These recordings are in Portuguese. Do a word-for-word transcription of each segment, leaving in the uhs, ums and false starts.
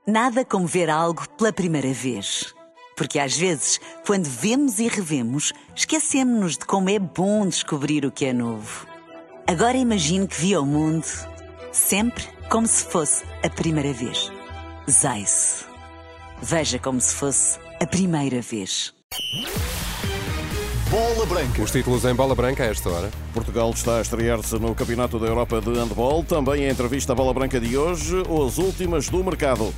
Nada como ver algo pela primeira vez. Porque às vezes, quando vemos e revemos, esquecemos-nos de como é bom descobrir o que é novo. Agora imagine que viu o mundo sempre como se fosse a primeira vez. Zais. Veja como se fosse a primeira vez. Bola Branca. Os títulos em Bola Branca a esta hora. Portugal está a estrear-se no Campeonato da Europa de Handball. Também a entrevista à Bola Branca de hoje, as últimas do mercado.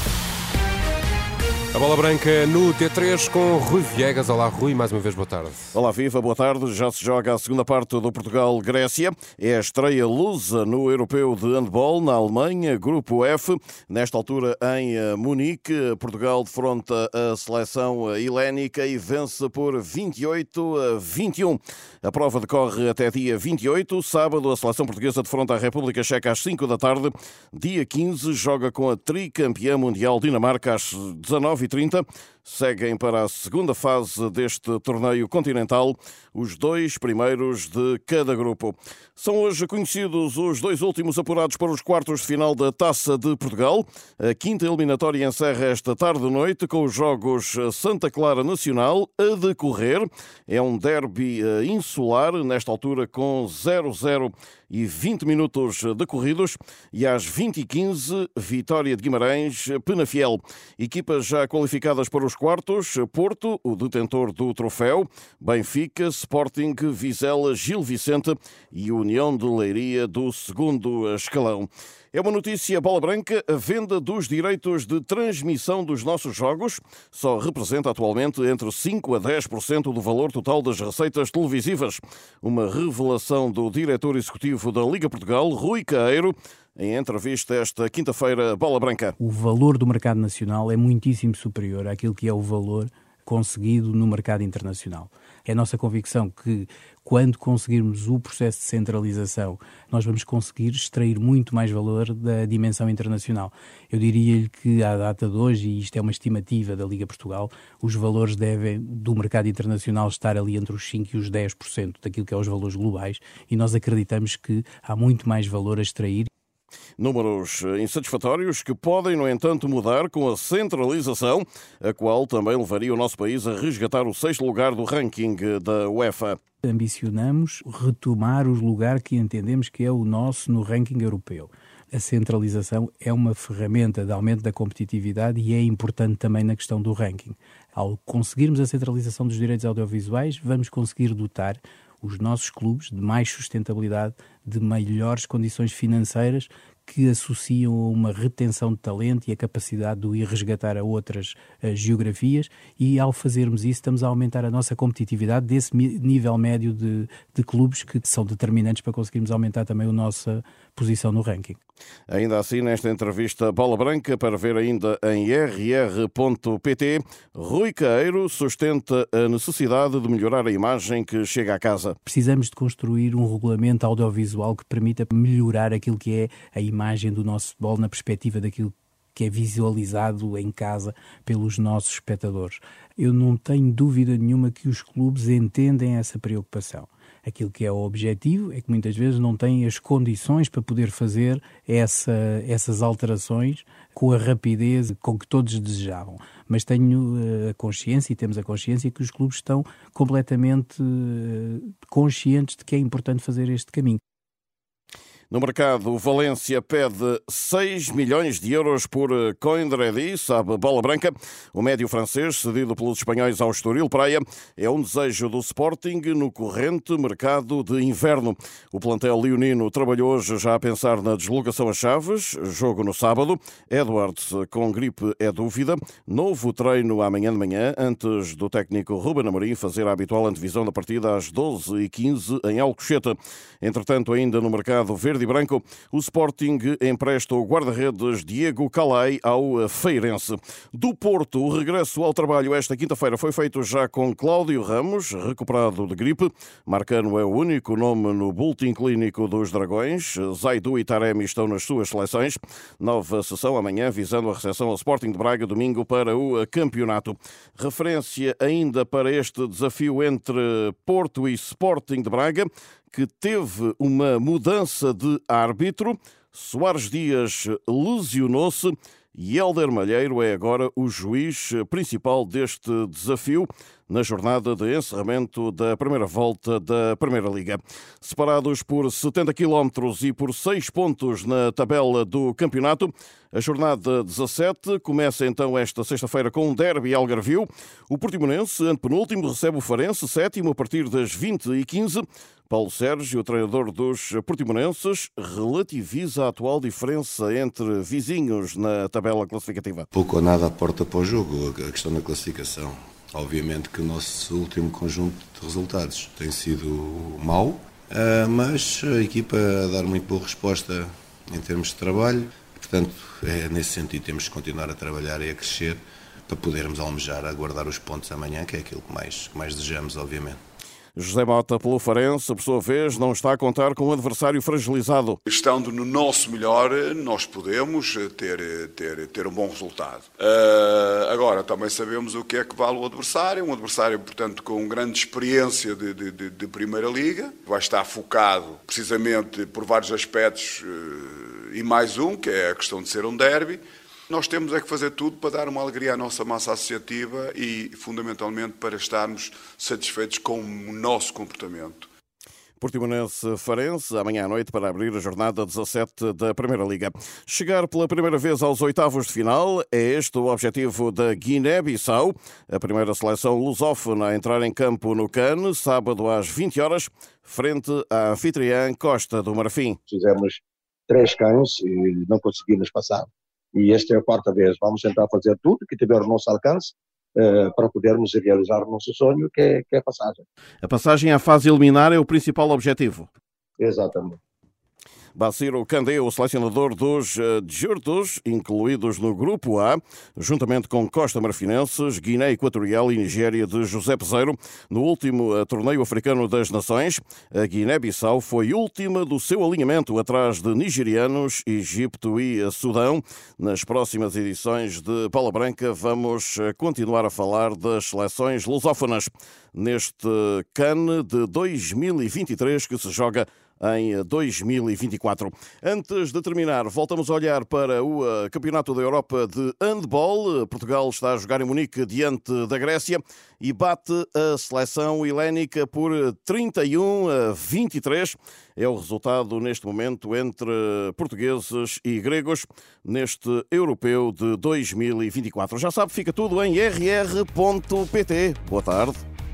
A Bola Branca no T três com Rui Viegas. Olá, Rui, mais uma vez boa tarde. Olá, viva, boa tarde. Já se joga a segunda parte do Portugal-Grécia. É a estreia lusa no Europeu de Handball na Alemanha, Grupo F. Nesta altura em Munique, Portugal defronta a seleção helénica e vence por vinte e oito a vinte e um. A prova decorre até dia vinte e oito. Sábado, a seleção portuguesa defronta a República Checa às cinco da tarde. Dia quinze, joga com a tricampeã mundial Dinamarca às dezanove e trinta. Seguem para a segunda fase deste torneio continental os dois primeiros de cada grupo. São hoje conhecidos os dois últimos apurados para os quartos de final da Taça de Portugal. A quinta eliminatória encerra esta tarde-noite com os jogos Santa Clara Nacional a decorrer. É um derby insular, nesta altura com zero a zero e vinte minutos decorridos, e às vinte e quinze, Vitória de Guimarães, Penafiel. Equipas já qualificadas para os quartos: Porto, o detentor do troféu, Benfica, Sporting, Vizela, Gil Vicente e União de Leiria do segundo escalão. É uma notícia Bola Branca: a venda dos direitos de transmissão dos nossos jogos só representa atualmente entre cinco a dez por cento do valor total das receitas televisivas. Uma revelação do diretor executivo da Liga Portugal, Rui Caeiro, em entrevista esta quinta-feira, Bola Branca. O valor do mercado nacional é muitíssimo superior àquilo que é o valor conseguido no mercado internacional. É a nossa convicção que, quando conseguirmos o processo de centralização, nós vamos conseguir extrair muito mais valor da dimensão internacional. Eu diria-lhe que, à data de hoje, e isto é uma estimativa da Liga Portugal, os valores devem, do mercado internacional, estar ali entre os cinco e os dez por cento daquilo que é os valores globais, e nós acreditamos que há muito mais valor a extrair. Números insatisfatórios que podem, no entanto, mudar com a centralização, a qual também levaria o nosso país a resgatar o sexto lugar do ranking da UEFA. Ambicionamos retomar o lugar que entendemos que é o nosso no ranking europeu. A centralização é uma ferramenta de aumento da competitividade e é importante também na questão do ranking. Ao conseguirmos a centralização dos direitos audiovisuais, vamos conseguir dotar os nossos clubes de mais sustentabilidade, de melhores condições financeiras que associam a uma retenção de talento e a capacidade de o ir resgatar a outras uh, geografias, e ao fazermos isso estamos a aumentar a nossa competitividade desse mi- nível médio de, de clubes que são determinantes para conseguirmos aumentar também a nossa posição no ranking. Ainda assim, nesta entrevista Bola Branca, para ver ainda em r r ponto p t, Rui Caeiro sustenta a necessidade de melhorar a imagem que chega à casa. Precisamos de construir um regulamento audiovisual que permita melhorar aquilo que é a imagem do nosso futebol na perspectiva daquilo que é visualizado em casa pelos nossos espectadores. Eu não tenho dúvida nenhuma que os clubes entendem essa preocupação. Aquilo que é o objetivo é que muitas vezes não têm as condições para poder fazer essa, essas alterações com a rapidez com que todos desejavam. Mas tenho a consciência, e temos a consciência, que os clubes estão completamente conscientes de que é importante fazer este caminho. No mercado, o Valência pede seis milhões de euros por Coindredi, sabe Bola Branca. O médio francês, cedido pelos espanhóis ao Estoril Praia, é um desejo do Sporting no corrente mercado de inverno. O plantel leonino trabalhou hoje já a pensar na deslocação a Chaves, jogo no sábado. Edwards com gripe é dúvida. Novo treino amanhã de manhã, antes do técnico Ruben Amorim fazer a habitual antevisão da partida às doze e quinze em Alcochete. Entretanto, ainda no mercado verde e branco, o Sporting empresta o guarda-redes Diego Calai ao Feirense. Do Porto, o regresso ao trabalho esta quinta-feira foi feito já com Cláudio Ramos, recuperado de gripe. Marcano é o único nome no boletim clínico dos Dragões. Zaidu e Taremi estão nas suas seleções. Nova sessão amanhã, visando a recepção ao Sporting de Braga, domingo, para o campeonato. Referência ainda para este desafio entre Porto e Sporting de Braga, que teve uma mudança de árbitro. Soares Dias lesionou-se e Hélder Malheiro é agora o juiz principal deste desafio na jornada de encerramento da primeira volta da Primeira Liga. Separados por setenta quilómetros e por seis pontos na tabela do campeonato, a jornada dezassete começa então esta sexta-feira com um derby algarvio. O Portimonense, antepenúltimo, recebe o Farense, sétimo, a partir das vinte e quinze. Paulo Sérgio, o treinador dos portimonenses, relativiza a atual diferença entre vizinhos na tabela classificativa. Pouco ou nada aporta para o jogo a questão da classificação. Obviamente que o nosso último conjunto de resultados tem sido mau, mas a equipa a dar muito boa resposta em termos de trabalho. Portanto, é nesse sentido temos que continuar a trabalhar e a crescer para podermos almejar a guardar os pontos amanhã, que é aquilo que mais, que mais desejamos, obviamente. José Mota, pelo Farense, por sua vez, não está a contar com um adversário fragilizado. Estando no nosso melhor, nós podemos ter, ter, ter um bom resultado. Uh, agora, também sabemos o que é que vale o adversário. Um adversário, portanto, com grande experiência de, de, de Primeira Liga. Vai estar focado, precisamente, por vários aspectos, uh, e mais um, que é a questão de ser um derby. Nós temos é que fazer tudo para dar uma alegria à nossa massa associativa e, fundamentalmente, para estarmos satisfeitos com o nosso comportamento. Portimonense-Farense, amanhã à noite, para abrir a jornada dezassete da Primeira Liga. Chegar pela primeira vez aos oitavos de final é este o objetivo da Guiné-Bissau, a primeira seleção lusófona a entrar em campo no CAN, sábado às vinte horas, frente à anfitriã Costa do Marfim. Fizemos três cães e não conseguimos passar. E esta é a quarta vez. Vamos tentar fazer tudo que tiver ao nosso alcance uh, para podermos realizar o nosso sonho, que é, que é a passagem. A passagem à fase eliminar é o principal objetivo. Exatamente. Baciro Candé, o selecionador dos Djurtos, incluídos no Grupo A, juntamente com Costa Marfinenses, Guiné Equatorial e Nigéria de José Peseiro. No último torneio africano das nações, a Guiné-Bissau foi última do seu alinhamento, atrás de nigerianos, Egito e Sudão. Nas próximas edições de Bola Branca vamos continuar a falar das seleções lusófonas neste CAN de dois mil e vinte e três que se joga em dois mil e vinte e quatro. Antes de terminar, voltamos a olhar para o Campeonato da Europa de Handball. Portugal está a jogar em Munique diante da Grécia e bate a seleção helénica por trinta e um a vinte e três. É o resultado neste momento entre portugueses e gregos neste Europeu de dois mil e vinte e quatro. Já sabe, fica tudo em r r ponto p t. Boa tarde.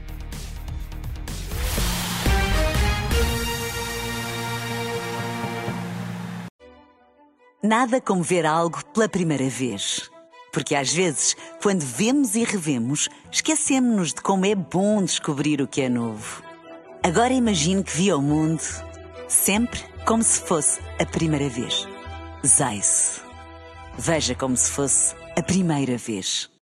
Nada como ver algo pela primeira vez. Porque às vezes, quando vemos e revemos, esquecemos-nos de como é bom descobrir o que é novo. Agora imagine que viu o mundo sempre como se fosse a primeira vez. Zais. Veja como se fosse a primeira vez.